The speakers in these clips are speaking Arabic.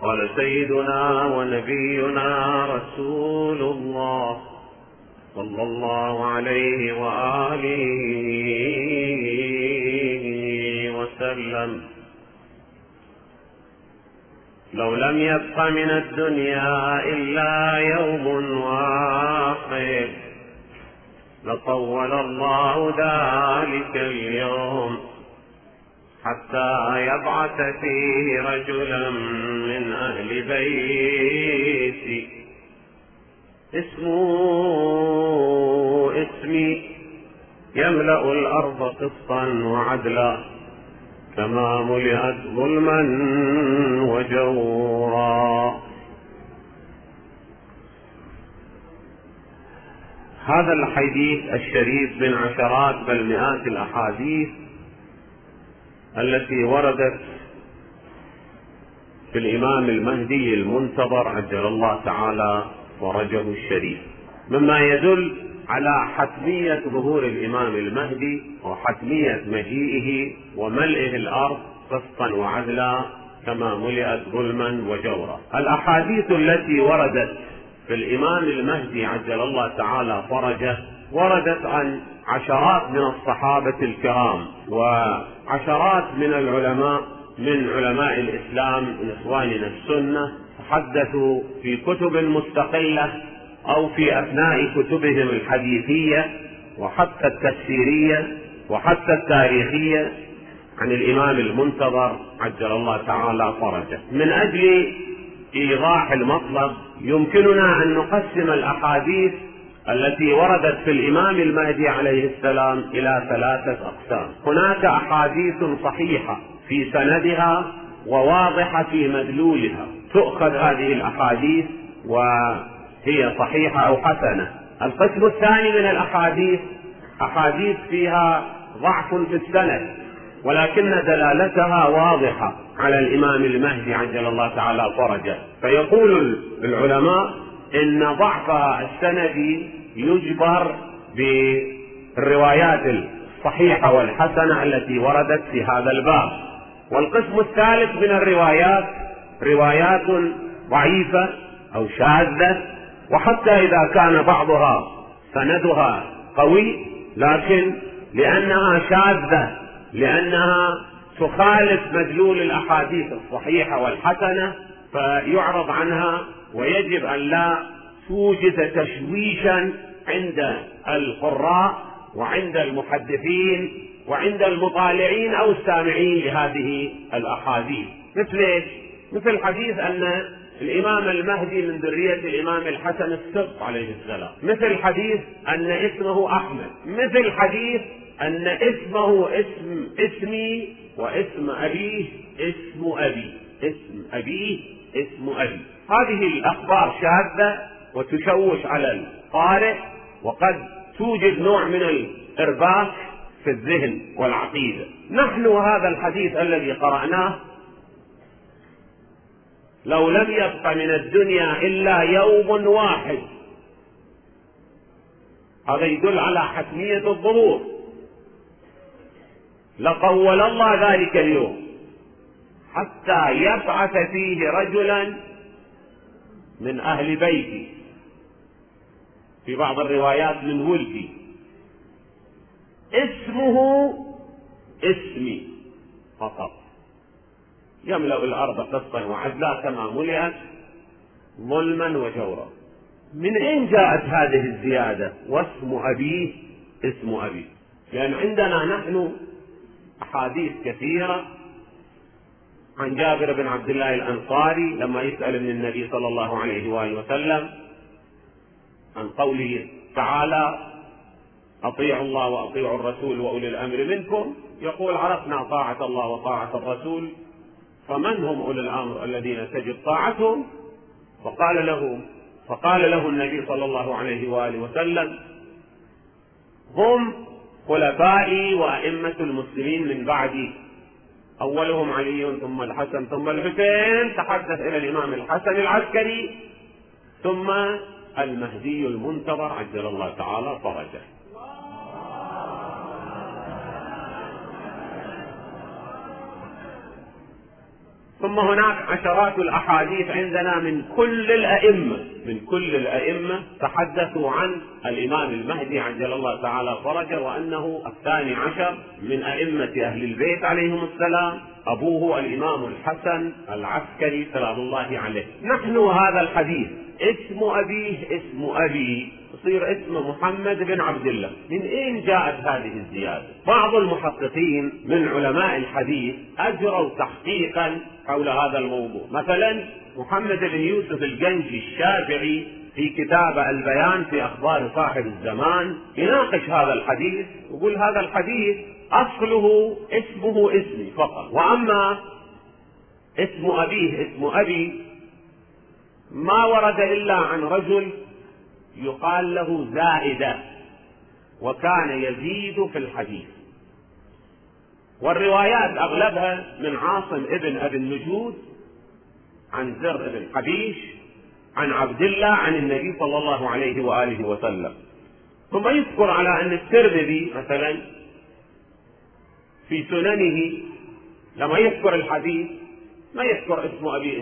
قال سيدنا ونبينا رسول الله صلى الله عليه وآله وسلم: لو لم يبق من الدنيا إلا يوم واحد لطول الله ذلك اليوم حتى يبعث فيه رجلا من أهل بيتي اسمه اسمي يملأ الأرض قسطا وعدلا كما ملئت ظلما وجورا. هذا الحديث الشريف من عشرات بل مئات الأحاديث التي وردت في الإمام المهدي المنتظر عجل الله تعالى فرجه الشريف، مما يدل على حتمية ظهور الإمام المهدي وحتمية مجيئه وملئه الأرض قسطا وعدلا كما ملئت ظلما وجورا. الأحاديث التي وردت في الإمام المهدي عجل الله تعالى فرجه وردت عن عشرات من الصحابة الكرام وعشرات من العلماء من علماء الإسلام من إخواننا السنة، تحدثوا في كتب مستقلة أو في أثناء كتبهم الحديثية وحتى التفسيرية وحتى التاريخية عن الإمام المنتظر عجل الله تعالى فرجه. من أجل إيضاح المطلب يمكننا أن نقسم الأحاديث التي وردت في الإمام المهدي عليه السلام إلى ثلاثة أقسام. هناك أحاديث صحيحة في سندها وواضحة في مدلولها، تؤخذ هذه الأحاديث وهي صحيحة أو حسنة. القسم الثاني من الأحاديث أحاديث فيها ضعف في السند ولكن دلالتها واضحة على الإمام المهدي عجل الله تعالى فرجه، فيقول العلماء إن ضعفها السندي يجبر بالروايات الصحيحة والحسنة التي وردت في هذا الباب. والقسم الثالث من الروايات روايات ضعيفة أو شاذة، وحتى إذا كان بعضها سندها قوي لكن لأنها شاذة لأنها تخالف مدلول الأحاديث الصحيحة والحسنة فيعرض عنها، ويجب أن لا توجد تشويشا عند القراء وعند المحدثين وعند المطالعين أو السامعين لهذه الأحاديث. مثل حديث أن الإمام المهدي من ذرية الإمام الحسن السبط عليه السلام، مثل حديث أن اسمه أحمد، مثل حديث أن اسمه اسمي واسم أبيه اسم أبي، اسم أبيه اسم أبي. هذه الأخبار شاذة وتشوش على القارئ وقد توجد نوع من الإرباك في الذهن والعقيدة. نحن هذا الحديث الذي قرأناه لو لم يبق من الدنيا إلا يوم واحد، هذا يدل على حتمية الظهور. لطول الله ذلك اليوم حتى يبعث فيه رجلا من أهل بيتي، في بعض الروايات من ولدي، اسمه اسمي فقط، يملأ الأرض قسطا وعدلا كما ملئت ظلما وجورا. من أين جاءت هذه الزيادة واسم أبيه اسم أبيه؟ لأن عندنا نحن أحاديث كثيرة عن جابر بن عبد الله الأنصاري لما يسأل من النبي صلى الله عليه وآله وسلم عن قوله تعالى: أطيعوا الله وأطيعوا الرسول وأولي الأمر منكم، يقول: عرفنا طاعة الله وطاعة الرسول، فمن هم أولي الأمر الذين تجب طاعتهم؟ فقال له النبي صلى الله عليه وآله وسلم: هم خلفائي وأئمة المسلمين من بعدي، أولهم علي ثم الحسن ثم الحسين، تحدث إلى الإمام الحسن العسكري، ثم المهدي المنتظر عجل الله تعالى فرجه. ثم هناك عشرات الأحاديث عندنا من كل الأئمة تحدثوا عن الإمام المهدي عجل الله تعالى فرجه، وأنه 12 من أئمة أهل البيت عليهم السلام، أبوه الإمام الحسن العسكري سلام الله عليه. نحن هذا الحديث اسم أبيه يصير اسم محمد بن عبد الله. من أين جاءت هذه الزيادة؟ بعض المحققين من علماء الحديث أجروا تحقيقا حول هذا الموضوع. مثلا محمد بن يوسف الجنجي الشافعي في كتاب البيان في أخبار صاحب الزمان يناقش هذا الحديث، يقول هذا الحديث أصله اسمي فقط، وأما اسم أبي ما ورد إلا عن رجل يقال له زائدة، وكان يزيد في الحديث، والروايات أغلبها من عاصم ابن أبي النجود عن زر بن حبيش عن عبد الله عن النبي صلى الله عليه وآله وسلم. ثم يذكر على أن الترمذي مثلا في سننه لما يذكر الحديث ما يذكر اسم أبي.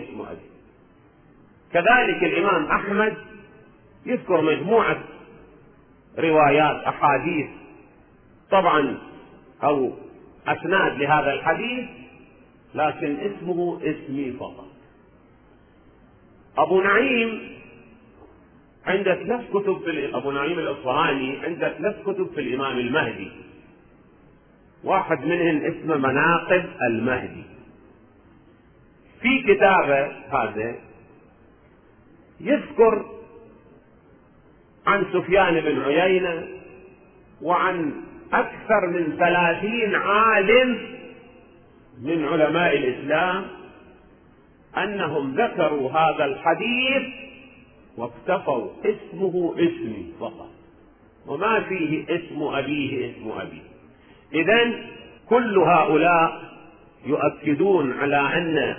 كذلك الإمام أحمد يذكر مجموعة روايات أحاديث طبعا أو أسناد لهذا الحديث، لكن اسمه اسمي فقط. أبو نعيم عنده 3 كتب أبو نعيم الأصفهاني عنده 3 كتب في الإمام المهدي، واحد منهم اسمه مناقب المهدي. في كتابه هذا يذكر عن سفيان بن عيينة وعن أكثر من 30 عالم من علماء الإسلام أنهم ذكروا هذا الحديث واكتفوا اسمي فقط، وما فيه اسم أبيه. إذن كل هؤلاء يؤكدون على أن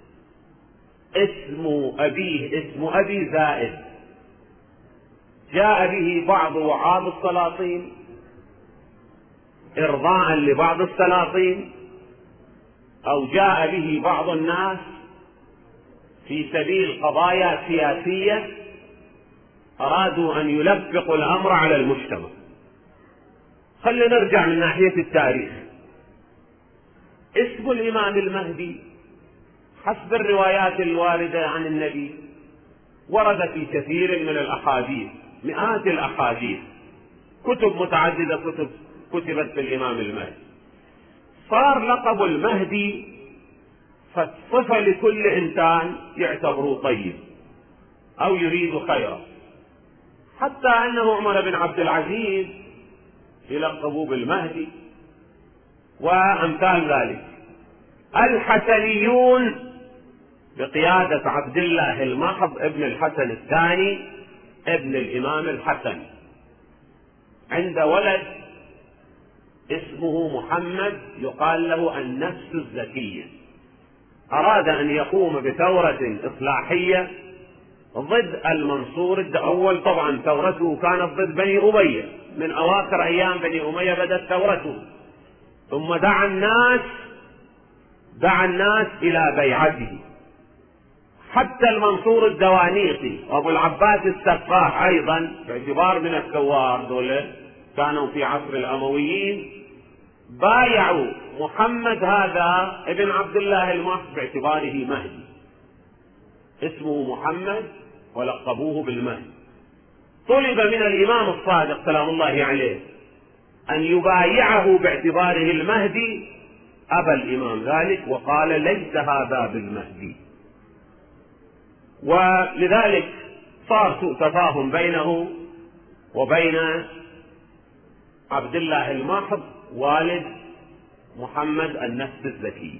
اسم أبي زائد جاء به بعض وعاظ السلاطين إرضاء لبعض السلاطين، أو جاء به بعض الناس في سبيل قضايا سياسية أرادوا أن يلفقوا الأمر على المجتمع. خلينا نرجع من ناحية التاريخ. اسم الإمام المهدي حسب الروايات الواردة عن النبي ورد في كثير من الأحاديث، مئات الأحاديث، كتب متعددة كتبت في الإمام المهدي. صار لقب المهدي فصفة لكل إنسان يعتبره طيب أو يريد خيرا، حتى أنه عمر بن عبد العزيز يلقبوا بالمهدي وأمثال ذلك. الحسنيون بقيادة عبد الله المحض ابن الحسن الثاني ابن الإمام الحسن عند ولد اسمه محمد يقال له النفس الزكية، أراد أن يقوم بثورة إصلاحية ضد المنصور الأول. طبعا ثورته كانت ضد بني أمية، من أواخر أيام بني أمية بدأت ثورته، ثم دعا الناس إلى بيعته، حتى المنصور الدوانيقي وأبو العباس السقاح أيضا باعتبار من الثوار دول كانوا في عصر الأمويين، بايعوا محمد هذا ابن عبد الله المحض باعتباره مهدي، اسمه محمد ولقبوه بالمهدي. طلب من الإمام الصادق سلام الله عليه أن يبايعه باعتباره المهدي، أبى الإمام ذلك وقال ليس هذا بالمهدي، ولذلك صار سوء تفاهم بينه وبين عبد الله المحض والد محمد النفس الزكي.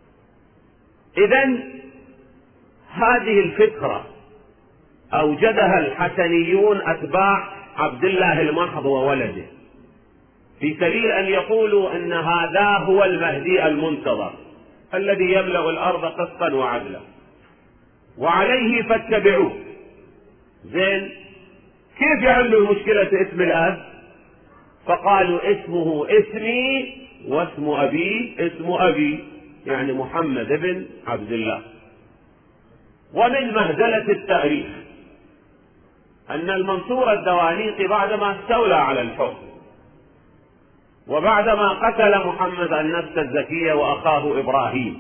إذن هذه الفكرة أوجدها الحسنيون أتباع عبد الله المحض وولده في سبيل أن يقولوا أن هذا هو المهدي المنتظر الذي يملأ الأرض قسطا وعدلا وعليه فاتبعوه. زين، كيف يعملوا مشكلة اسم الأب؟ فقالوا اسمه اسمي واسم أبي اسم أبي، يعني محمد بن عبد الله. ومن مهزلة التاريخ أن المنصور الدوانيقي بعدما استولى على الحكم وبعدما قتل محمد النفس الزكية وأخاه إبراهيم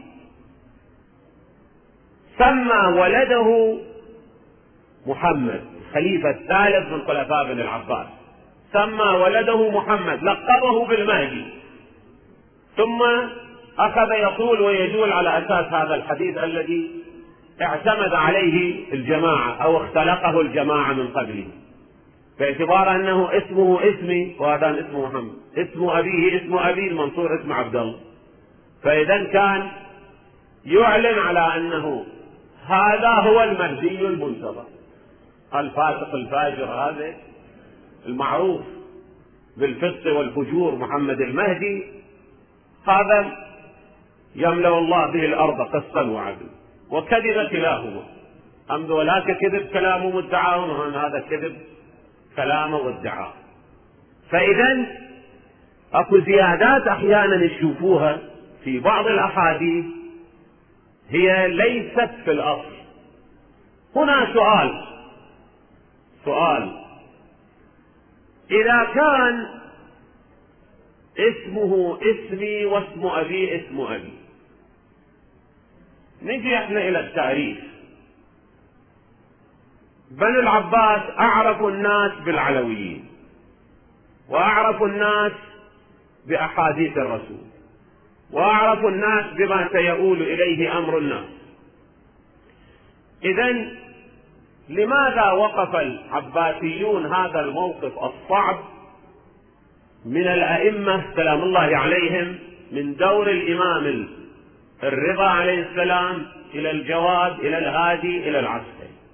سمى ولده محمد، الخليفة الثالث من خلفاء بني العباس، سمى ولده محمد، لقبه بالمهدي، ثم أخذ يطول ويجول على أساس هذا الحديث الذي اعتمد عليه الجماعة أو اختلقه الجماعة من قبله، باعتبار أنه اسمه اسمي وهذا اسمه محمد، اسم أبيه اسم أبي المنصور اسم عبد الله، فإذا كان يعلن على أنه هذا هو المهدي المنتظر، الفاسق الفاجر هذا المعروف بالفسق والفجور محمد المهدي، هذا يملأ الله به الأرض قسطا وعدلا. وكذب كلاهما، أم ولاك كذب كلامه وادعاهم، هذا كذب كلامه وادعاه. فإذا أكو زيادات أحيانا تشوفوها في بعض الأحاديث هي ليست في الأصل. هنا سؤال إذا كان اسمه اسمي واسم أبي اسم أبي، نجي احنا إلى التاريخ. بنو العباس أعرف الناس بالعلويين وأعرف الناس بأحاديث الرسول وأعرف الناس بما سيؤول إليه أمر الناس. إذن لماذا وقف العباسيون هذا الموقف الصعب من الأئمة سلام الله عليهم، من دور الإمام الرضا عليه السلام إلى الجواد إلى الهادي إلى العسكري؟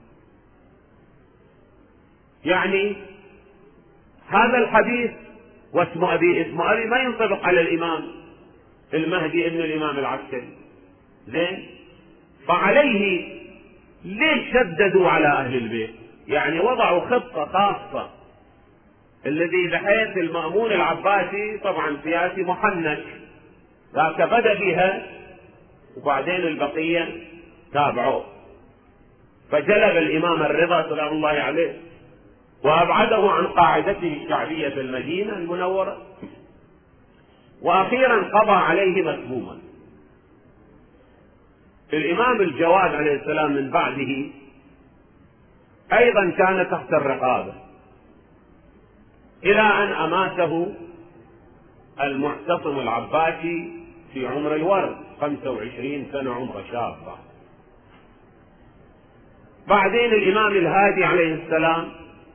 يعني هذا الحديث واسم أبي اسم أبي ما ينطبق على الإمام المهدي ابن الإمام العسكري، زين؟ فعليه ليش شددوا على أهل البيت؟ يعني وضعوا خطة خاصة الذي بحيث المأمون العباسي طبعا سياسي محنك ذاك بدأ بها وبعدين البقية تابعوه، فجلب الإمام الرضا سلام الله عليه وأبعده عن قاعدته الشعبية في المدينة المنورة، وأخيرا قضى عليه مسموما. الإمام الجواد عليه السلام من بعده أيضا كان تحت الرقابة إلى أن أماته المعتصم العباسي في عمر الورد 25 سنة عمر شابة. بعدين الإمام الهادي عليه السلام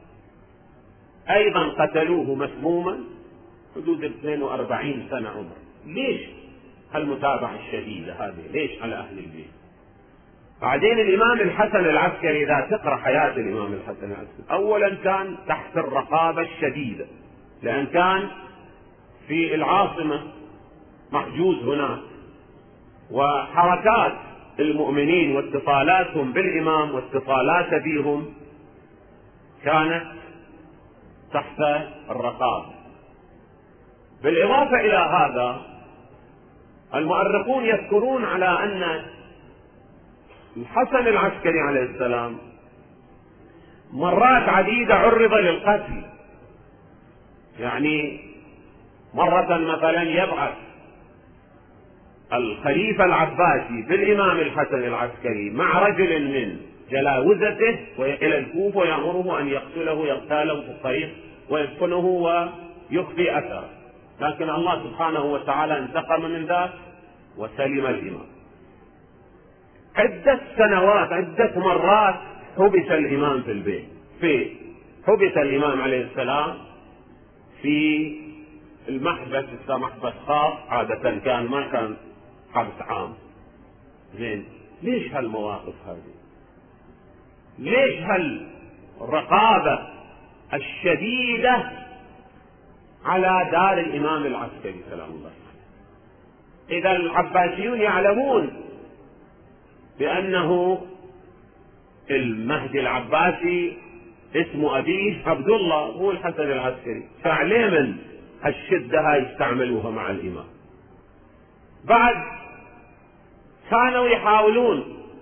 أيضا قتلوه مسموما حدود 42 سنة عمر. ليش هالمتابعة الشديدة هذه؟ ليش على أهل البيت؟ بعدين الإمام الحسن العسكري، إذا تقرأ حياة الإمام الحسن العسكري، أولا كان تحت الرقابة الشديدة لأن كان في العاصمة محجوز هناك، وحركات المؤمنين واتصالاتهم بالإمام واتصالات بهم كانت تحت الرقابة. بالإضافة إلى هذا المؤرخون يذكرون على أن الحسن العسكري عليه السلام مرات عديدة عرض للقتل، يعني مرة مثلا يبعث الخليفة العباسي بالإمام الحسن العسكري مع رجل من جلاوزته إلى الكوفة ويأمره أن يقتله في الطريق ويدفنه ويخفي أثره، لكن الله سبحانه وتعالى انتقم من ذلك وسلم الإمام. عدة سنوات عدة مرات حبس الإمام في البيت، حبس الإمام عليه السلام في المحبس، محبس خاص عادة كان، ما كان حبس عام. زين، ليش هالمواقف هذه؟ ليش هالرقابة الشديدة على دار الإمام العسكري سلام الله عليه؟ إذا العباسيون يعلمون بأنه المهدي العباسي اسم أبيه عبد الله هو الحسن العسكري، فعليه من الشدة هاي يستعملوها مع الإمام. بعد كانوا يحاولون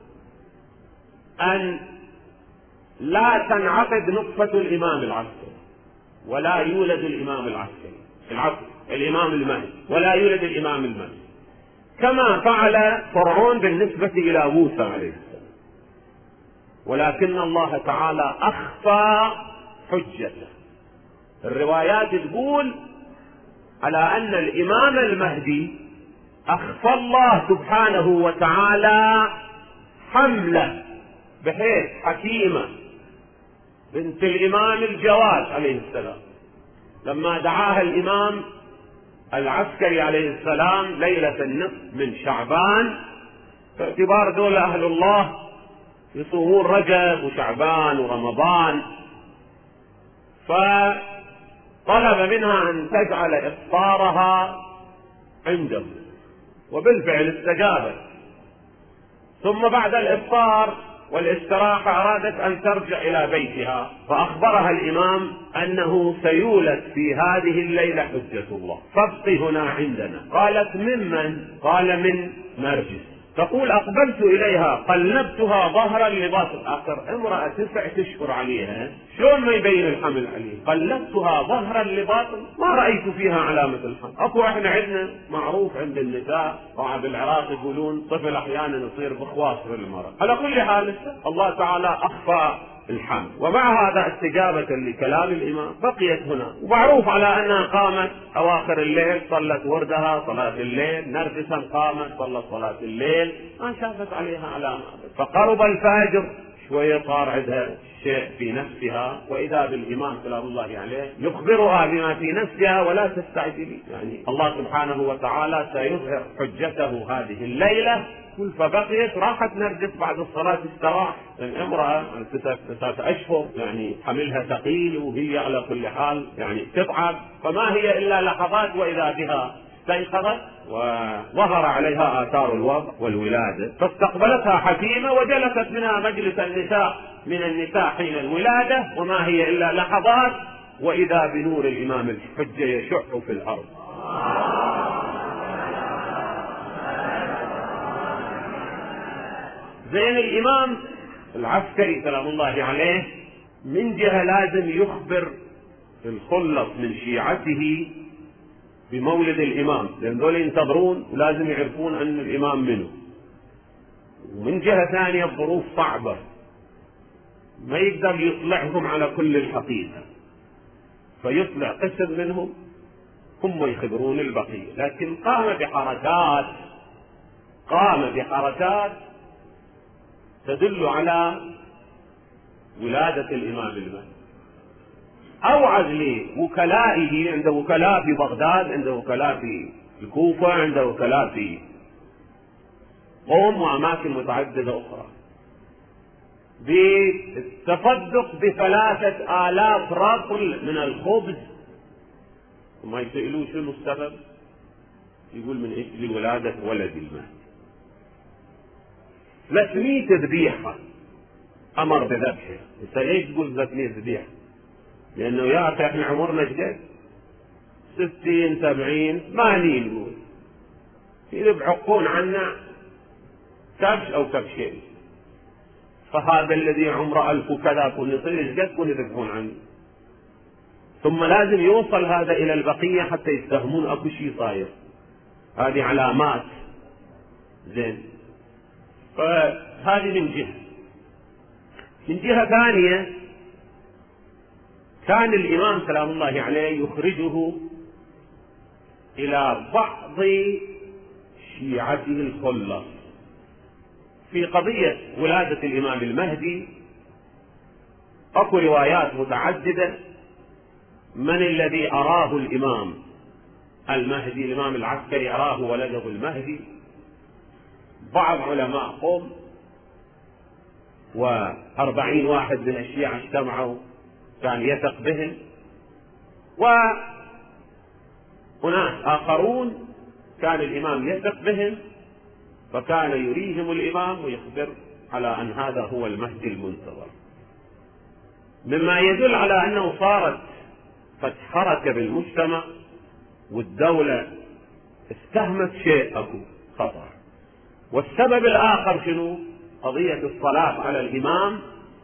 أن لا تنعقد نطفة الإمام العسكري ولا يولد الإمام العسكري، الإمام المهدي، ولا يولد الإمام المهدي، كما فعل فرعون بالنسبة إلى موسى عليه السلام. ولكن الله تعالى أخفى حجته. الروايات تقول على أن الإمام المهدي أخفى الله سبحانه وتعالى حمله، بحيث حكيمة بنت الإمام الجواد عليه السلام لما دعاها الإمام العسكري عليه السلام ليلة النصف من شعبان، باعتبار دول أهل الله يصومون رجب وشعبان ورمضان، فطلب منها أن تجعل إفطارها عنده، وبالفعل استجابت. ثم بعد الإفطار والاستراحة أرادت أن ترجع إلى بيتها، فأخبرها الإمام أنه سيولد في هذه الليلة حجة الله، فابقي هنا عندنا. قالت ممن؟ قال من نرجس. تقول أقبلت إليها قلبتها ظهرا لباطن. آخر امرأة 9 أشهر عليها، شلون ما يبين الحمل عليه؟ قلبتها ظهرا لباطن، ما رأيت فيها علامة الحمل. أكو احنا عندنا معروف عند النساء بالعراق يقولون طفل أحيانا يصير بخواصر المرأة. على كل حال الله تعالى أخفى الحمل. ومع هذا استجابة لكلام الإمام بقيت هنا، ومعروف على أنها قامت أواخر الليل صلت وردها صلاة الليل، نرجسا قامت صلت صلاة الليل، ما شافت عليها علامة. فقرب الفجر شوية صار عندها شيء في نفسها، وإذا بالإمام سلام الله عليه يخبرها بما في نفسها ولا تستعجلي. يعني الله سبحانه وتعالى سيظهر حجته هذه الليلة. فبقيت راحت نرجس بعد الصلاة استراح. الامرأة 9 أشهر يعني حملها ثقيل، وهي على كل حال يعني تتعب، فما هي إلا لحظات وإذا بها استيقظت وظهر عليها آثار الوضع والولادة، فاستقبلتها حكيمة وجلست منها مجلس النساء من النساء حين الولادة، وما هي إلا لحظات وإذا بنور الإمام الحجة يشع في الأرض. زين الإمام العسكري سلام الله عليه من جهة لازم يخبر الخلص من شيعته بمولد الإمام، لأن دول ينتظرون ولازم يعرفون أن الإمام منه. ومن جهة ثانية الظروف صعبة، ما يقدر يطلعهم على كل الحقيقة، فيطلع قسم منهم هم يخبرون البقية. لكن قام بحركات تدل على ولادة الإمام المهدي. أوعز لوكلائه، عنده وكلاء في بغداد، عنده وكلاء في الكوفة، عنده وكلاء في قوم وأماكن متعددة أخرى، بالتصدق ب3000 رطل من الخبز. وما يسألوا شنو السبب، يقول من أجل ولادة ولد المهدي. 300 ذبيحة أمر بذبحها. أنت ليش تقول 300 ذبيحة؟ لأنه يا أخي إحنا عمرنا قد 60 70 80 نقول يذبحون عنا كبش أو كبشين، فهذا الذي عمره 1000 وكذا كون يصير قد كون يذبحون عنه. ثم لازم يوصل هذا إلى البقية حتى يستهمون أكو شيء صاير. هذه علامات. زين، فهذه من جهة ثانية كان الإمام سلام الله عليه يخرجه إلى بعض شيعته الخلص في قضية ولادة الإمام المهدي. أكو روايات متعددة من الذي أراه الإمام المهدي، الإمام العسكري أراه ولده المهدي. بعض علماء قوم و40 واحد من الشيعة اجتمعوا كان يثق بهم، وناس آخرون كان الإمام يثق بهم، فكان يريهم الإمام ويخبر على أن هذا هو المهدي المنتظر، مما يدل على أنه صارت قد حركة بالمجتمع، والدولة استهمت شيء أكو خطر. والسبب الآخر شنو؟ قضية الصلاة على الإمام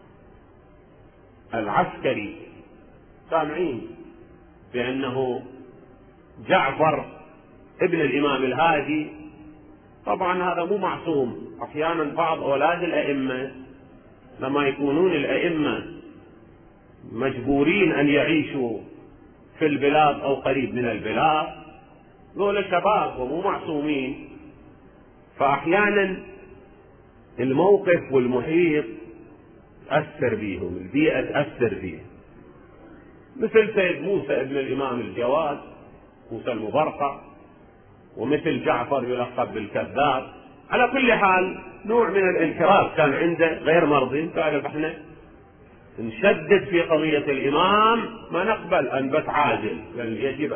العسكري. سامعين بأنه جعفر ابن الإمام الهادي، طبعا هذا مو معصوم. أحيانا بعض أولاد الأئمة لما يكونون الأئمة مجبورين أن يعيشوا في البلاد أو قريب من البلاد، دول شباب ومو معصومين، فأحيانا الموقف والمحيط تأثر بيهم، البيئة تأثر فيهم، مثل سيد موسى ابن الإمام الجواد، موسى المبرقع، ومثل جعفر يلقب بالكذاب. على كل حال نوع من الانحراف كان عنده غير مرضي. تعرف احنا نشدد في قضية الإمام، ما نقبل أن بتعادل، بل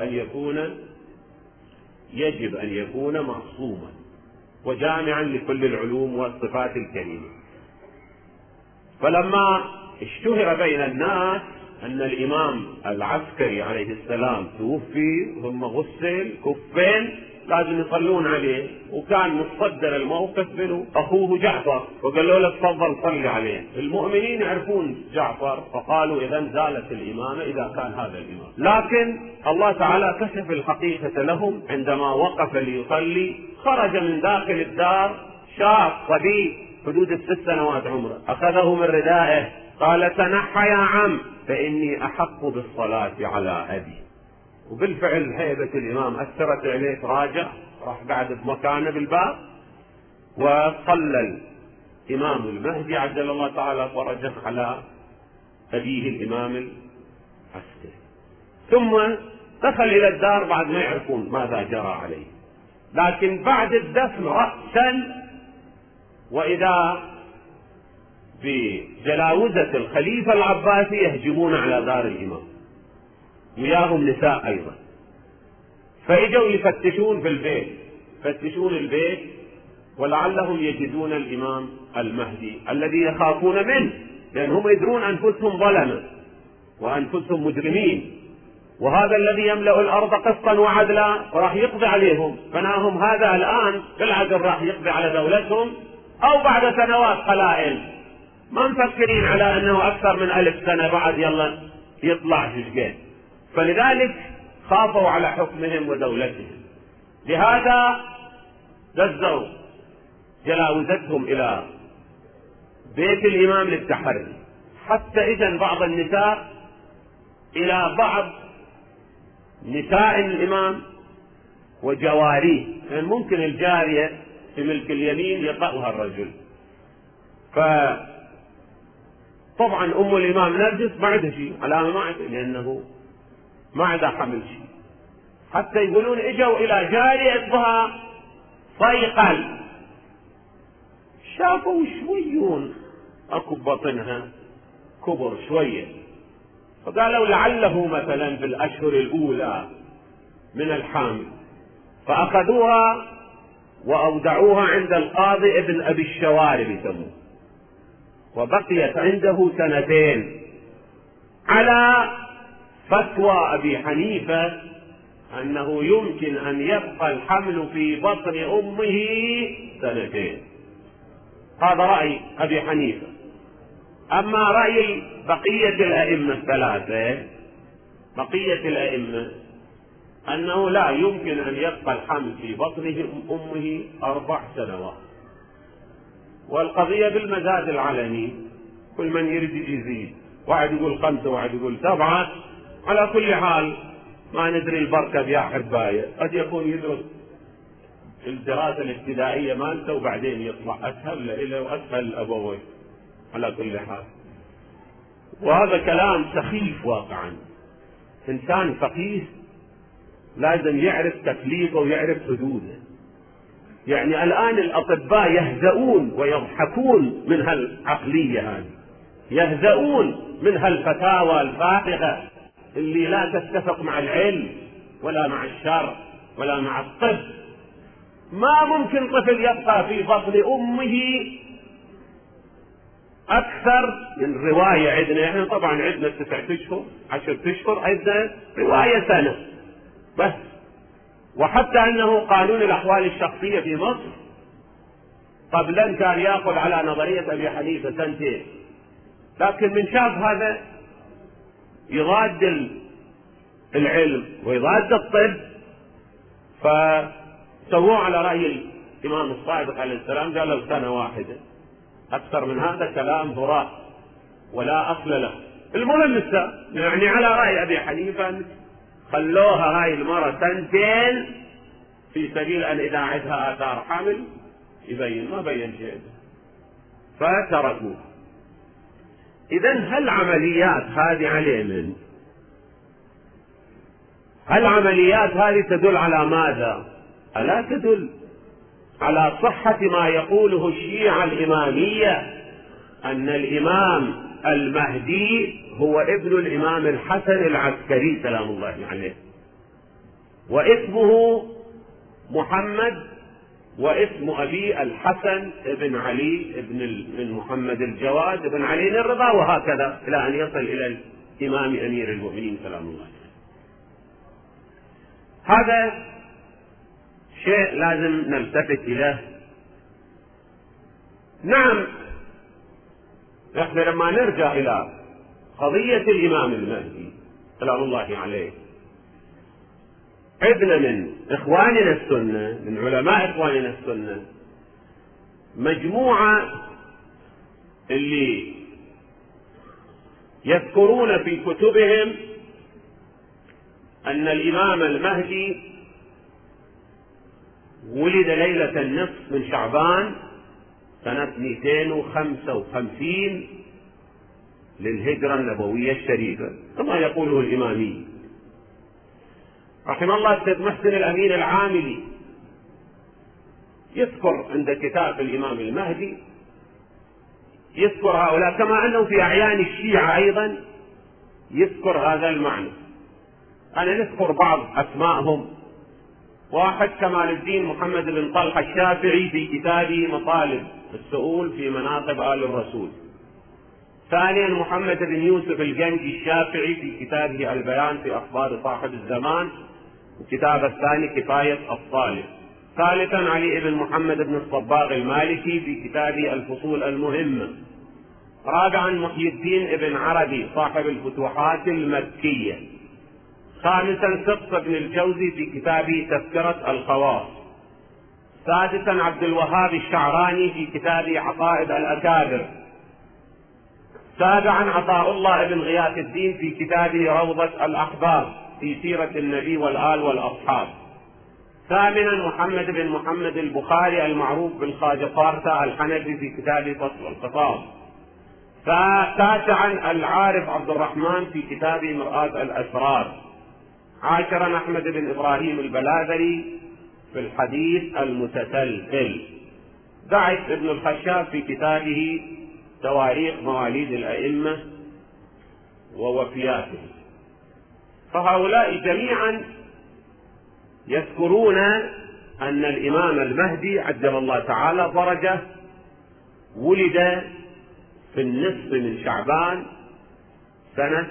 يجب أن يكون معصوما وجامعا لكل العلوم والصفات الكريمة. فلما اشتهر بين الناس أن الإمام العسكري عليه السلام توفي ثم غسل كفين لازم يصلون عليه، وكان متصدر الموقف منه أخوه جعفر، وقالوا له تفضل صلي عليه. المؤمنين يعرفون جعفر، فقالوا إذا زالت الإمامة إذا كان هذا الإمام. لكن الله تعالى كشف الحقيقة لهم عندما وقف ليصلي. خرج من داخل الدار شاب صبي حدود 6 سنوات عمره، أخذه من ردائه قال تنحى يا عم فإني أحق بالصلاة على أبي. وبالفعل هيبة الإمام أثرت عليه، راجع راح قعد بمكانه بالباب، وصلى الإمام المهدي عجل الله تعالى فرجه على أبيه الإمام العسكري. ثم دخل إلى الدار بعد ما يعرفون ماذا جرى عليه، لكن بعد الدفن رأسا وإذا بجلاوزة الخليفة العباسي يهجمون على دار الإمام، وياهم نساء أيضا، فإجوا يفتشون في البيت، يفتشون البيت ولعلهم يجدون الإمام المهدي الذي يخافون منه، لأنهم يدرون أنفسهم ظلمة وأنفسهم مجرمين، وهذا الذي يملأ الأرض قسطا وعدلا وراح يقضي عليهم. فناهم هذا الآن بالعدل راح يقضي على دولتهم أو بعد سنوات قلائل، ما مفكرين على أنه أكثر من 1000 سنة بعد يلا يطلع شجين. فلذلك خافوا على حكمهم ودولتهم، لهذا دزوا جلاوزتهم إلى بيت الإمام للتحري، حتى إذن بعض النساء إلى بعض نساء الإمام وجواريه، يعني ممكن الجارية في ملك اليمين يطأها الرجل. فطبعا أم الإمام نرجس ما عندها شيء، علامة ما عندها، لأنه ما عندها حمل شيء، حتى يقولون اجوا إلى جارية بها صيقل، شافوا شويون أكو بطنها كبر شوية، فقالوا لعله مثلا في الأشهر الأولى من الحامل، فأخذوها وأودعوها عند القاضي ابن أبي الشوارب يسموه، وبقيت عنده 2 على فتوى أبي حنيفة أنه يمكن أن يبقى الحمل في بطن أمه 2. هذا رأي أبي حنيفة. أما رأي بقية الأئمة 3، بقية الأئمة أنه لا يمكن أن يبقى الحمل في بطن أمه 4 سنوات، والقضية بالمزاج العلني، كل من يريد يزيد، واحد يقول 5 وواحد يقول 7. على كل حال ما ندري البركة يا حباية، قد يكون يدرس الدراسة الابتدائية مالته وبعدين يطلع أسهل له وأسهل الأبوين. على كل حال وهذا كلام سخيف واقعا. إنسان فقيه لازم يعرف تكليفه ويعرف حدوده. يعني الآن الأطباء يهزؤون ويضحكون من هالعقلية هذه، يهزؤون من هالفتاوى الفارغة اللي لا تتفق مع العلم ولا مع الشرع ولا مع الطب. ما ممكن طفل يبقى في بطن أمه أكثر من رواية عندنا، احنا طبعا عندنا 9 أشهر 10 أشهر، عندنا رواية سنة بس. وحتى أنه قانون الأحوال الشخصية في مصر قبلا كان يأخذ على نظرية أبي حنيفة سنتين، لكن من شاف هذا يضاد العلم ويضاد الطب فسووه على رأي الإمام الصادق عليه السلام، قال له سنة واحدة، أكثر من هذا كلام هراء ولا أصل له. المهم يعني على رأي أبي حنيفة خلوها هاي المرة سنتين في سبيل أن إذا عندها آثار حمل يبين، ما بين شيء فتركوه. إذن هالعمليات هذه عليه من هالعمليات هذه تدل على ماذا؟ ألا تدل على صحة ما يقوله الشيعة الإمامية أن الإمام المهدي هو ابن الإمام الحسن العسكري سلام الله عليه، واسمه محمد، واسم أبي الحسن ابن علي ابن محمد الجواد ابن علي الرضا، وهكذا إلى أن يصل إلى الإمام أمير المؤمنين سلام الله عليه. هذا شيء لازم نلتفت إليه. نعم، احنا لما نرجع إلى قضية الإمام المهدي سلام الله عليه، عندنا من إخواننا السنة، من علماء إخواننا السنة، مجموعة اللي يذكرون في كتبهم أن الإمام المهدي ولد ليلة النصف من شعبان سنة 255 للهجرة النبوية الشريفة كما يقوله الإمامي رحم الله السيد محسن الأمين العاملي، يذكر عند كتاب الإمام المهدي، يذكر هؤلاء كما أنه في أعيان الشيعة أيضا يذكر هذا المعنى. أنا نذكر بعض أسمائهم. واحد كمال الدين محمد بن طلحة الشافعي في كتابه مطالب السؤول في مناقب آل الرسول. ثانيا محمد بن يوسف الجنجي الشافعي في كتابه البيان في أخبار صاحب الزمان، الكتاب الثاني كفاية الطالب. ثالثا علي بن محمد بن الصباغ المالكي في كتابه الفصول المهمة. رابعا محي الدين بن عربي صاحب الفتوحات المكية. خامسا سقط بن الجوزي في كتابه تذكرة الخواص. سادسا عبد الوهاب الشعراني في كتابه عقائد الأكابر. سابعا عطاء الله بن غياث الدين في كتابه روضة الأحباب في سيرة النبي والآل والأصحاب. ثامنا محمد بن محمد البخاري المعروف بالخواجة طارسة الحنفي في كتابه فصل الخطاب. تاسعا العارف عبد الرحمن في كتابه مرآة الأسرار. عاشرا أحمد بن إبراهيم البلاذري في الحديث المتسلسل. دعت ابن الخشاب في كتابه تواريخ مواليد الأئمة ووفياتهم. فهؤلاء جميعا يذكرون أن الإمام المهدي عجل الله تعالى فرجه ولد في النصف من شعبان سنة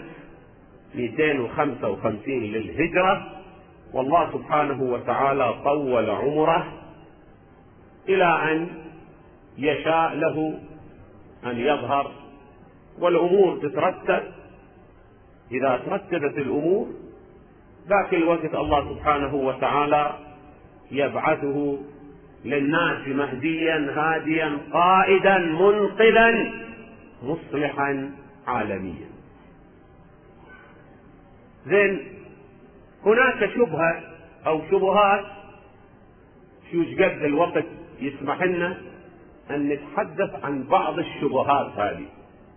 255 للهجرة، والله سبحانه وتعالى طول عمره إلى أن يشاء له أن يظهر، والأمور تترتب. إذا ترتبت الأمور ذاك الوقت الله سبحانه وتعالى يبعثه للناس مهديا هاديا قائدا منقذا مصلحا عالميا. زين، هناك شبهة أو شبهات شوش قد الوقت يسمح لنا أن نتحدث عن بعض الشبهات هذه.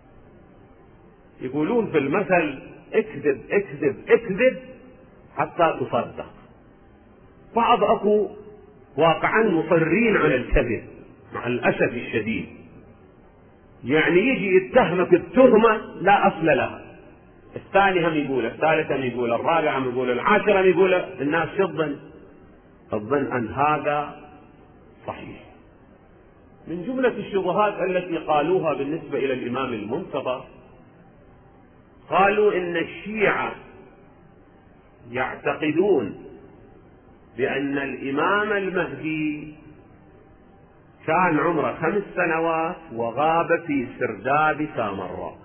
يقولون في المثل اكذب اكذب اكذب حتى تصدق. بعض أكو واقعا مصرين على الكذب مع الأسف الشديد، يعني يجي يتهمك التهمة لا أصل لها، الثاني هم يقول، الثالث هم يقول، الرابع هم يقول، العاشر هم يقول. الناس الظن أن هذا صحيح. من جملة الشبهات التي قالوها بالنسبة إلى الإمام المنتظر، قالوا إن الشيعة يعتقدون بأن الإمام المهدي كان عمره 5 سنوات وغاب في سرداب سامراء،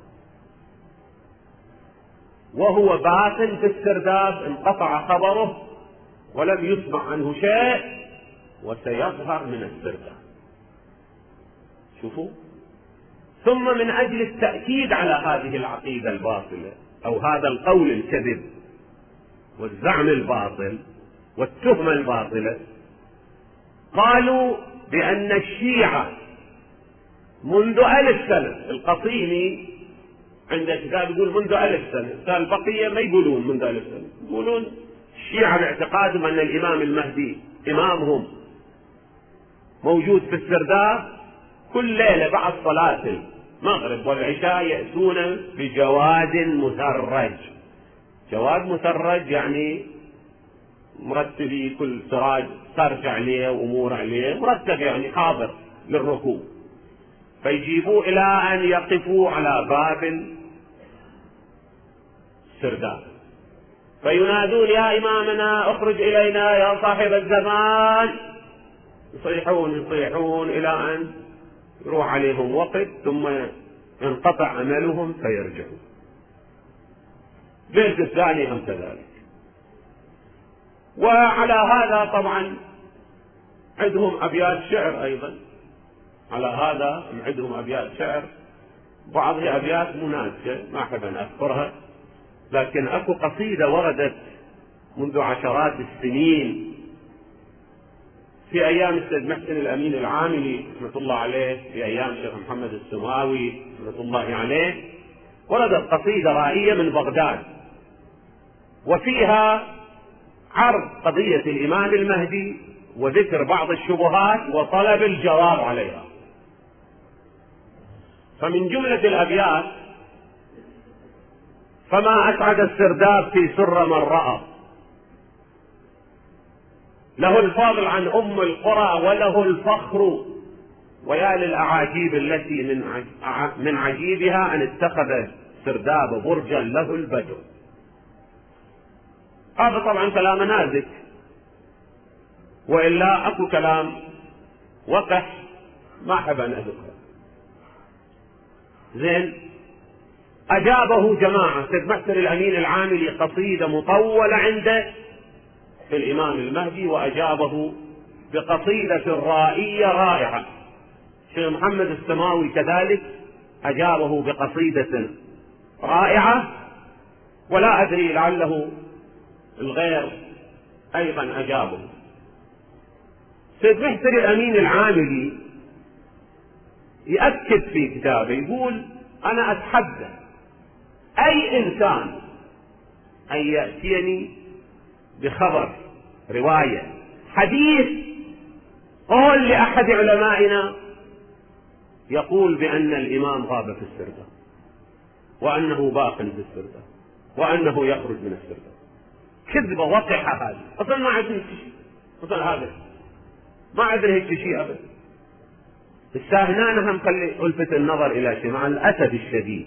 وهو باطن في السرداب انقطع خبره ولم يسمع عنه شيء، وسيظهر من السرداب. شوفوا، ثم من أجل التأكيد على هذه العقيدة الباطلة أو هذا القول الكذب والزعم الباطل والتهمة الباطلة، قالوا بأن الشيعة منذ 1000 سنة، القطيني عنده كتاب يقول منذ 1000 سنة، قال البقية ما يقولون منذ 1000 سنة، يقولون الشيعة باعتقادهم أن الإمام المهدي إمامهم موجود في السرداب، كل ليلة بعد صلاة المغرب والعشاء يأتون بجواد مثرج. جواد مثرج يعني مرتب، كل سراج سرج عليه وأمور عليه مرتب، يعني حاضر للركوب، فيجيبوا إلى أن يقفوا على باب السرداب فينادون يا إمامنا اخرج إلينا يا صاحب الزمان، يصيحون إلى أن يروح عليهم وقت ثم ينقطع أملهم فيرجعوا. بيت الثاني هم كذلك. وعلى هذا طبعا عندهم أبيات شعر أيضا، على هذا عندهم أبيات شعر، بعضها أبيات مناسبة ما أحب أن أذكرها، لكن أكو قصيدة وردت منذ عشرات السنين في أيام السيد محسن الأمين العاملي رحمة الله عليه، في أيام الشيخ محمد السماوي رحمة الله عليه، وردت قصيدة رائية من بغداد، وفيها عرض قضية الإمام المهدي وذكر بعض الشبهات وطلب الجواب عليها. فمن جملة الأبيات: فما أسعد السرداب في سر من رأى، له الفضل عن أم القرى وله الفخر، ويا للأعاجيب التي من عجيبها أن اتخذ سرداب برجا له البدر. هذا طبعا كلام نازك، وإلا أكو كلام وقح ما أحب أن أذكره. زين، أجابه جماعة، سيد محسن الأمين العاملي قصيدة مطولة عنده في الإمام المهدي، وأجابه بقصيدة رائية رائعة. الشيخ محمد السماوي كذلك أجابه بقصيدة رائعة، ولا أدري لعله الغير أيضا أجابه. سيد محسن الأمين العاملي يؤكد في كتابه، يقول: أنا أتحدى أي إنسان أن يأتيني بخبر، رواية، حديث، قول لأحد علمائنا يقول بأن الإمام غاب في السرداب، وأنه باق في السرداب، وأنه يخرج من السرداب. كذبة وقحة هذه، أصلا ما عندنا شيء، أصلا هذا ما عندنا هيك شيء أبدا. هنا نحن نخلي ألفت النظر إلى شيء مع الأسف الشديد،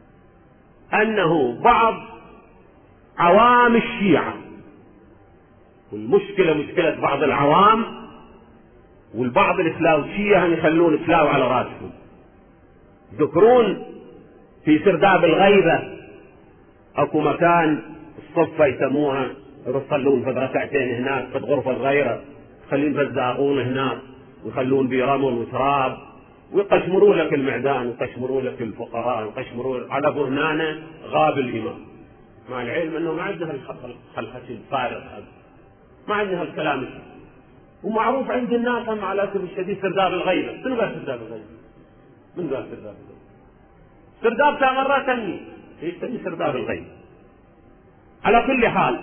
أنه بعض عوام الشيعة، والمشكلة مشكلة بعض العوام، والبعض الفلاوشية هم يخلون فلاو على راسهم. ذكرون في سرداب الغيبة اكو مكان الصفة يسموها، يصلون في ركعتين هناك في الغرفة الغيرة، يخلون فزاقون هناك، ويخلون برمل وتراب، ويقشمروا لك المعدان، ويقشمروا لك الفقراء، ويقشمروا على برنانه غاب الإمام، مع العلم انه ما عندها الحكي الفارغ هذا، ما عندها الكلام. ومعروف عند الناس هم على سبيل الشديد سرداب الغيبة. من قال سرداب الغيبة؟ من قال سرداب الغيبة؟ سرداب تامرات تنمي، يسمي سرداب الغيبة. على كل حال،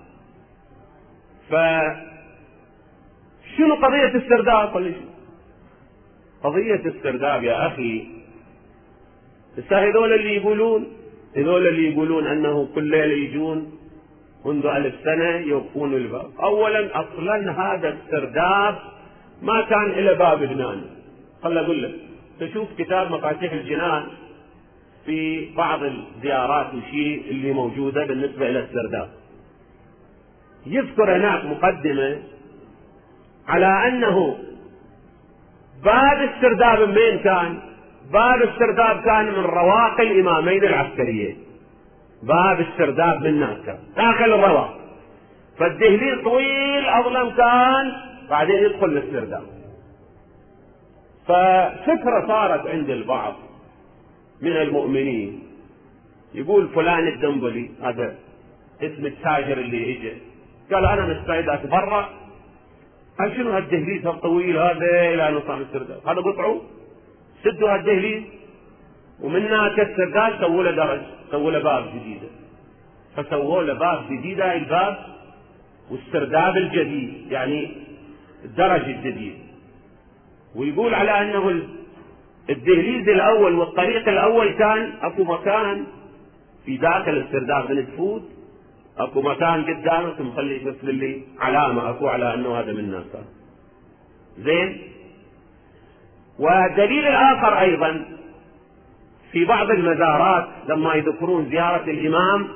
شنو قضية السرداب؟ قضية السرداب يا أخي، هذول اللي يقولون أنه كل ليلة يجون منذ 1000 سنة يوقفون الباب. أولا أصلا هذا السرداب ما كان إلى باب هنا. خل أقول لك، تشوف كتاب مفاتيح الجنان في بعض الزيارات وشيء اللي موجودة بالنسبة إلى السرداب، يذكر هناك مقدمة على أنه باب السرداب من وين كان؟ باب السرداب كان من رواق الإمامين العسكريين، باب السرداب من هناك كان داخل الرواق، فالدهليز طويل أظلم كان، بعدين يدخل للسرداب. ففكرة صارت عند البعض من المؤمنين، يقول فلان الدنبلي هذا اسم التاجر اللي اجى، قال انا مستعد اتبرع، شنو هالدهليز الطويل هذا الى نصام السرداب، هذا قطعوا سدوا هالدهليز ومن هناك السرداب سووا له درج، سووا له باب جديده، فسووا له باب جديد، هاي الباب والسرداب الجديد يعني الدرج الجديد. ويقول على انه الدهليز الاول والطريق الاول كان اكو مكان في داخل السرداب من تفوت، اكو مكان قدامك مخلي مثل اللي علامه اكو على انه هذا من الناس. زين. والدليل الاخر ايضا في بعض المزارات لما يذكرون زياره الامام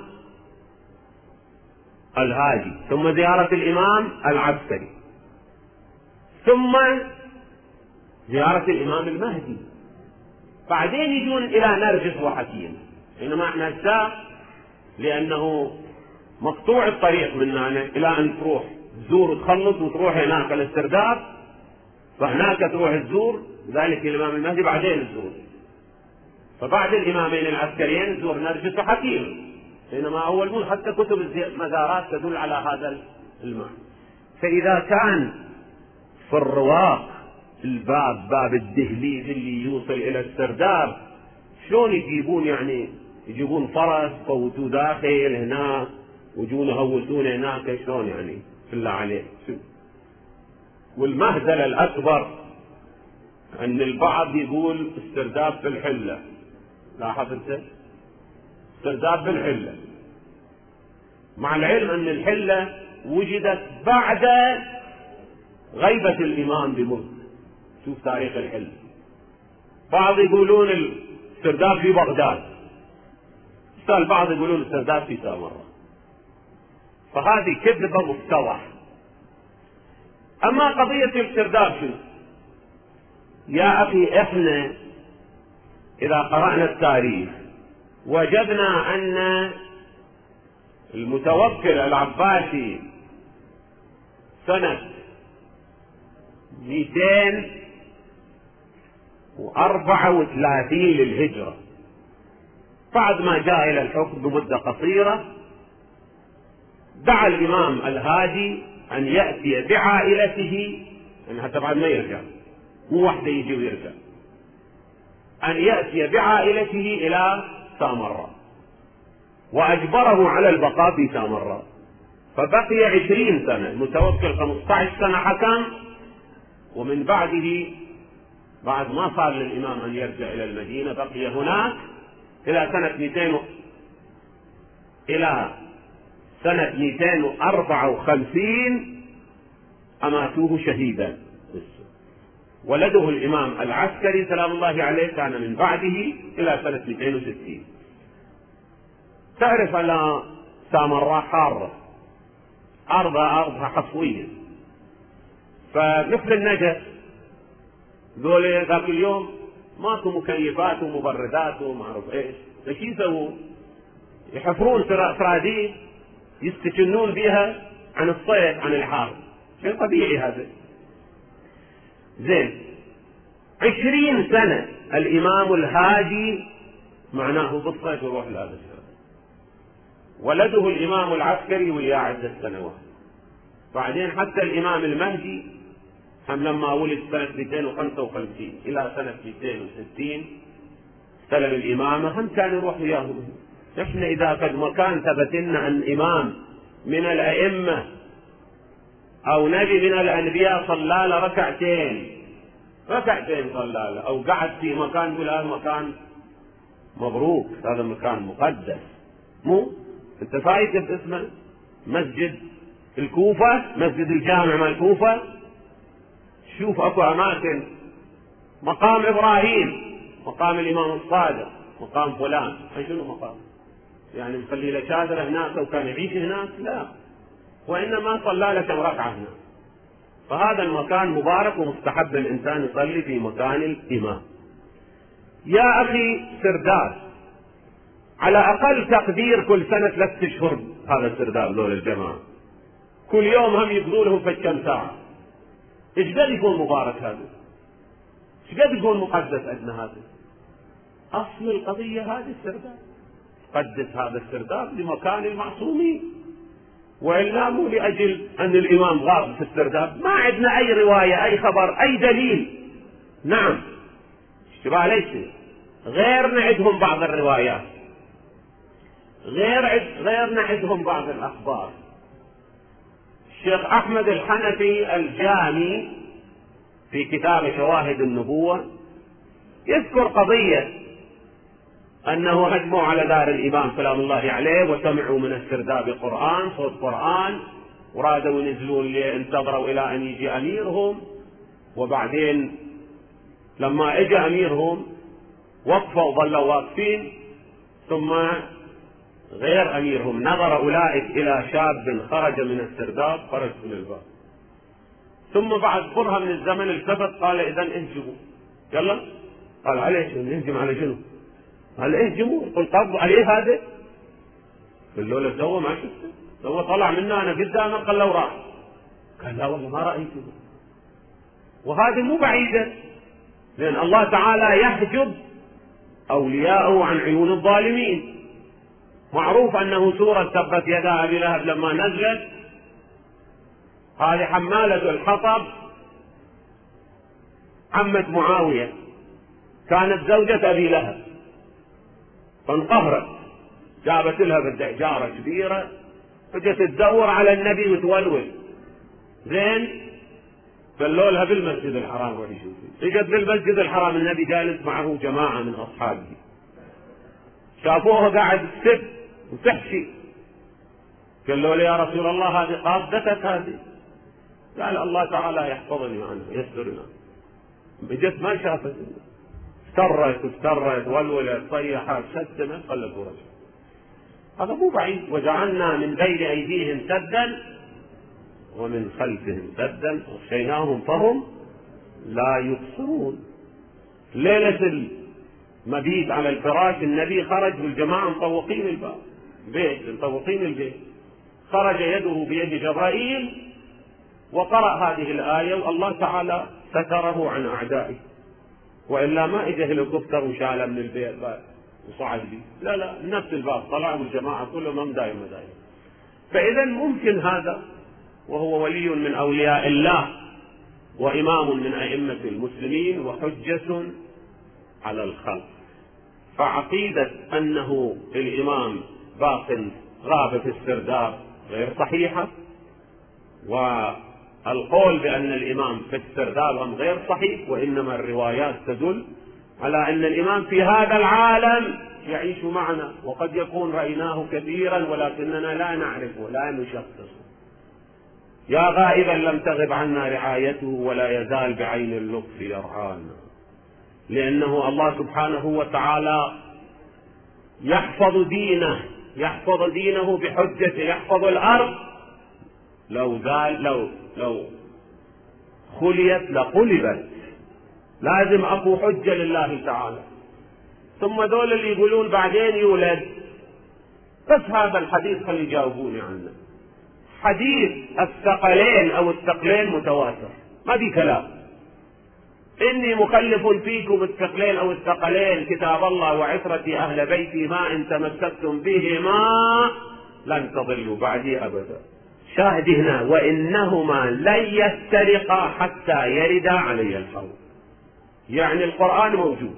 الهادي، ثم زياره الامام العسكري، ثم زياره الامام المهدي، بعدين يجون الى نرجس وحكيم. حينما احنا الساعة لانه مقطوع الطريق من هنا الى ان تروح تزور وتخلص وتروح هناك للسرداب، فهناك تروح تزور ذلك الامام المهدي بعدين تزور، فبعد الامامين العسكريين تزور نرجس وحكيم. حينما اول مو حتى كتب المزارات تدل على هذا المعنى. فاذا كان في الرواق الباب باب الدهليز اللي يوصل الى السرداب، شلون يجيبون يعني يجيبون فرس فوتوا داخل هناك ويجون يهوسون هناك، شلون يعني بالله عليك؟ والمهزله الاكبر ان البعض يقول السرداب في الحله، لاحظ انت؟ السرداب بالحله، مع العلم ان الحله وجدت بعد غيبه الامام بمدة. شوف تاريخ الحله، بعض يقولون السرداب في بغداد، البعض يقولون السرداب في سامراء، فهذه كذبة مفتوحة. أما قضية السرداب شنو؟ يا أخي إحنا إذا قرأنا التاريخ وجدنا أن المتوكل العباسي سنة 234 للهجرة بعد ما جاء إلى الحكم بمدة قصيرة، دعا الإمام الهادي أن يأتي بعائلته، يعني حتى بعد ما يرجع مو وحده يجي ويرجع، أن يأتي بعائلته إلى سامراء، وأجبره على البقاء في سامراء، فبقي 20 سنة، المتوكل 15 سنة حكم، ومن بعده بعد ما صار للإمام أن يرجع إلى المدينة بقي هناك إلى سنة 254 أماتوه شهيدا. ولده الإمام العسكري سلام الله عليه كان من بعده إلى سنة 260. تعرف أن سامراء حارة، أرضها حصوية، فمثل النجف ذولي ذاك اليوم ماكو مكيفات ومبردات وما اعرف ايش، فش يسوون؟ يحفرون سراديب يستجنون بها عن الصيف عن الحار، شيء طبيعي هذا. زين، 20 سنة الإمام الهادي معناه بالصيف يروح لهذا الشهر، ولده الإمام العسكري وياه عدة سنوات. بعدين حتى الإمام المهدي هم لما ولد سنة 255 إلى سنة 260 استلم الإمامة، هم كان يروح وياهم. نحن إذا قد مكان ثبت لنا أن إمام من الأئمة أو نبي من الأنبياء صلى له ركعتين صلى له، أو قعد في مكان يقول هذا مكان مبروك، هذا مكان مقدس، مو أنت فايت باسمه مسجد الكوفة، مسجد الجامع مال الكوفة، شوف اكو اماكن، مقام ابراهيم، مقام الامام الصادق، مقام فلان، اي شنو مقام؟ يعني مخلي له شادره هناك وكان يعيش هناك؟ لا، وانما صلى له كم ركعه هناك. فهذا المكان مبارك ومستحب الإنسان يصلي في مكان الإمام. يا أخي سرداب على أقل تقدير كل سنة 3 أشهر، هذا السرداب ذول الجماعة كل يوم هم يقضوا لهم في كم ساعة. إيش قد يكون مبارك هذا؟ إيش قد يكون مقدس عندنا هذا؟ أصل القضية هذه السرداب، قدس هذا السرداب لمكان المعصومين، وإلا مو لأجل أن الإمام غاب في السرداب. ما عندنا أي رواية، أي خبر، أي دليل. نعم اشتباه ليس غير نعدهم بعض الروايات، غير نعدهم بعض الأخبار. الشيخ أحمد الحنفي الجامي في كتاب شواهد النبوة يذكر قضية أنه هجموا على دار الإمام سلام الله عليه وسمعوا من السرداب قرآن، صوت قرآن، ورادوا ينزلون انتظروا إلى أن يجي أميرهم، وبعدين لما اجى أميرهم وقفوا وظلوا واقفين، ثم غير أميرهم نظر أولئك إلى شاب خرج من السرداب، خرج من الباب، ثم بعد برهة من الزمن التفت قال إذن اهجموا، يلا. قال عليه شنو نهجم على شنو؟ قال اهجموا. قل طب عليه هذا؟ قال له سوى ما شفته، سوى طلع منا أنا قدامه قال له راح. قال لا والله ما رأيته. وهذه مو بعيدة، لأن الله تعالى يحجب أولياءه عن عيون الظالمين. معروف أنه سورة تبت يدا أبي لهب لما نزلت، هذه حمالة الحطب عمة معاوية، كانت زوجة أبي لهب، فانقهرت، جابت لها بالدحجارة كبيرة، فجت تدور على النبي وتولول. زين قالوا لها بالمسجد الحرام روحي شوفي. اجت بالمسجد الحرام، النبي جالس معه جماعة من أصحابه، شافوها قاعد تسب وتحشي، قالوا له يا رسول الله هذه قاصدتك هذه؟ قال الله تعالى يحفظني عنها يسترنا. اجت ما شافت، افترت ولولت صيحت شتمت خلت ورجع. هذا مو بعيد. وجعلنا من بين أيديهم سدا ومن خلفهم سدا وغشيناهم فهم لا يبصرون. ليلة المبيت على الفراش النبي خرج والجماعة مطوقين الباب، مطوقين البيت، خرج يده بيد جبرائيل وقرأ هذه الآية، والله تعالى ستره عن أعدائه، وإلا ما إجا هليكوبتر وشاله من البيت وصعد به، لا نفس الباب طلع والجماعة كلهم هم دايم. فإذا ممكن هذا، وهو ولي من أولياء الله وإمام من أئمة المسلمين وحجة على الخلق. فعقيدة أنه الإمام باق غاب في السرداب غير صحيحة، والقول بأن الإمام في السرداب هم غير صحيح، وإنما الروايات تدل على أن الإمام في هذا العالم يعيش معنا، وقد يكون رأيناه كثيرا ولكننا لا نعرفه لا نشخصه. يا غائبا لم تغب عنا رعايته ولا يزال بعين اللطف يرعانا، لأنه الله سبحانه وتعالى يحفظ دينه بحجته، يحفظ الأرض. لو خليت لقلبت، لازم أكو حجة لله تعالى. ثم دول اللي يقولون بعدين يولد، بس هذا الحديث خلي يجاوبوني عنه. حديث الثقلين أو الثقلين متواتر، ما في كلام. إني مكلف فيكم الثقلين أو الثقلين كتاب الله وعترتي أهل بيتي، ما إن تمسكتم بهما لن تضلوا بعدي أبدا. شاهد هنا وإنهما لن يفترقا حتى يردا علي الحوض. يعني القرآن موجود.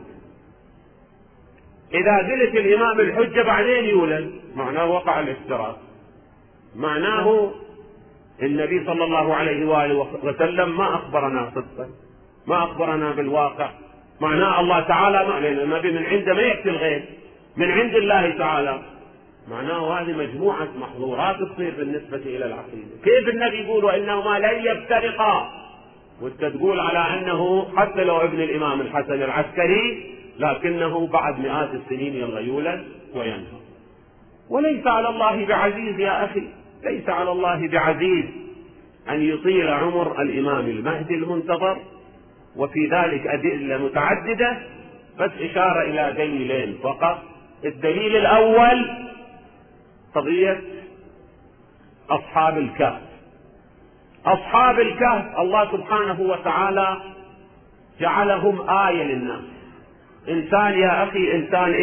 إذا قلت الإمام الحجة بعدين يولد، معناه وقع الافتراق، معناه النبي صلى الله عليه وآله وسلم ما أخبرنا صدقا، ما أخبرنا بالواقع. معناه الله تعالى ما علينا، النبي من عنده ما يأتي الغيب، من عند الله تعالى. معناه هذه مجموعة محظورات تصير بالنسبة إلى العقيدة. كيف النبي يقول وإنهما لن يفترقا، وانت تقول على أنه حتى لو ابن الإمام الحسن العسكري لكنه بعد مئات السنين يلا يولد وينهى. وليس على الله بعزيز يا أخي، ليس على الله بعزيز أن يطيل عمر الإمام المهدي المنتظر، وفي ذلك أدلة متعددة، بس إشارة إلى دليلين فقط. الدليل الأول قضية أصحاب الكهف. أصحاب الكهف الله سبحانه وتعالى جعلهم آية للناس. إنسان يا أخي، إنسان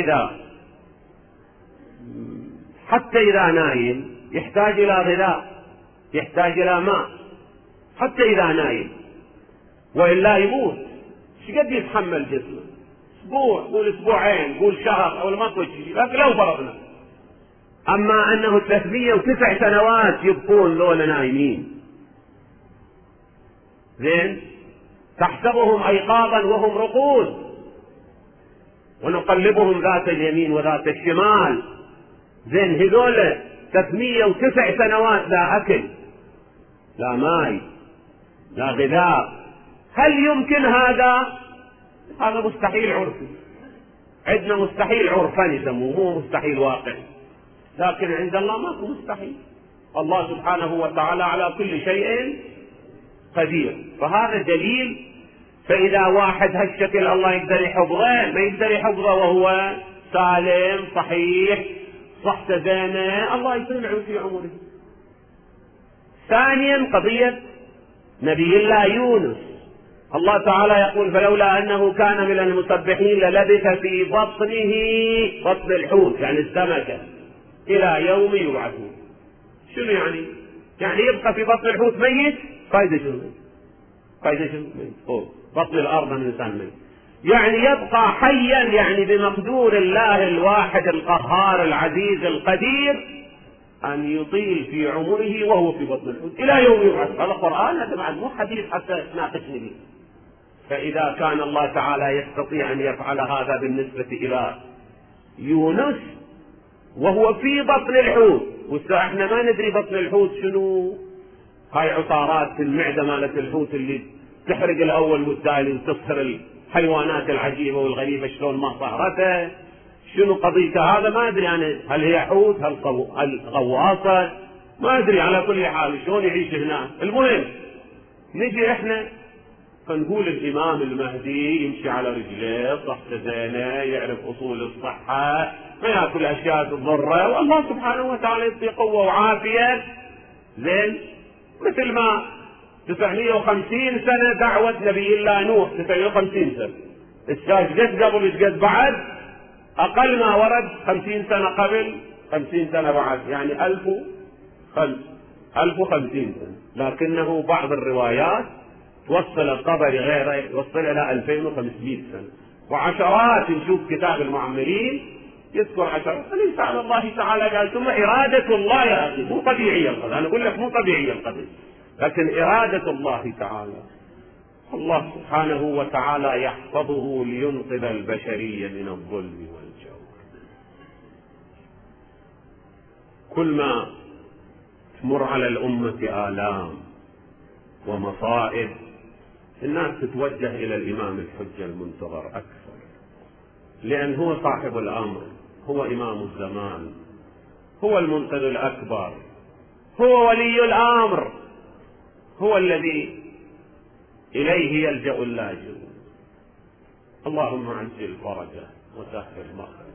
حتى إذا نايم يحتاج إلى غذاء، يحتاج إلى ماء، حتى إذا نايم، وإلا يموت. شقد يتحمل جسمه؟ أسبوع، قول أسبوعين، قول شهر، أو ما تقول شيء، لكن لو فرضنا. أما أنه 309 سنوات يبقون ذولا نايمين، زين، تحسبهم أيقاظا وهم رقود، ونقلبهم ذات اليمين وذات الشمال. زين، هذول 309 سنوات لا أكل لا ماء لا غذاء. هل يمكن هذا؟ هذا مستحيل عرفي. عندنا مستحيل عرفا يسموه، مو مستحيل واقعي، لكن عند الله ماكو مستحيل. الله سبحانه وتعالى على كل شيء قدير. فهذا دليل. فإذا واحد هالشكل الله يقدر يحفظه، ما يقدر يحفظه وهو سالم صحيح صحته زينة، الله يسمعه في عمره. ثانيا قضية نبي الله يونس. الله تعالى يقول: فلولا أنه كان من المسبحين للبث في بطنه، بطن الحوت يعني السمكة، إلى يوم يبعثون. شنو يعني؟ يعني يبقى في بطن الحوت ميت؟ فايدة شنو؟ فايدة شنو؟ ميت. بطن الأرض من الإنسان ميت، يعني يبقى حيا، يعني بمقدور الله الواحد القهار العزيز القدير أن يطيل في عمره وهو في بطن الحوت إلى يوم يبعث. هذا قرآن، هذا بعد مو حديث حتى تناقشني به. فإذا كان الله تعالى يستطيع أن يفعل هذا بالنسبة إلى يونس وهو في بطن الحوت، احنا ما ندري بطن الحوت شنو. هاي عصارات في المعدة مالت الحوت اللي تحرق الأول والثاني وتصهر الحيوانات العجيبة والغريبة، شلون ما صهرته، شنو قضيته هذا ما أدري أنا. هل هي حوت؟ هل غواصة؟ ما أدري. على كل حال شلون يعيش هنا. المهم نجي احنا فنقول الإمام المهدي يمشي على رجليه، صحته زينة، يعرف أصول الصحة، ما يأكل أشياء تضره، والله سبحانه وتعالى يعطيه قوة وعافية. زين، مثل ما 950 سنة دعوة نبي الله نوح، 950 سنة، الشاش قبل يتقد بعد، أقل ما ورد 50 سنة قبل 50 سنة بعد، يعني 1050 سنة. لكنه بعض الروايات توصل الطبري غيره يوصل إلى 2500 سنة، وعشرات. نشوف كتاب المعمرين يذكر عشرات. فليس على الله تعالى قال. ثم إرادة الله يا أخي مو طبيعية القضية، أنا أقول لك مو طبيعية القضية، لكن إرادة الله تعالى. الله سبحانه وتعالى يحفظه لينقذ البشرية من الظلم والجور. كل ما تمر على الأمة آلام ومصائب، الناس تتوجه إلى الإمام الحجة المنتظر أكثر، لأن هو صاحب الأمر، هو إمام الزمان، هو المنقذ الأكبر، هو ولي الأمر، هو الذي إليه يلجأ اللاجئون. اللهم عجل فرجه وسهل مخرجه.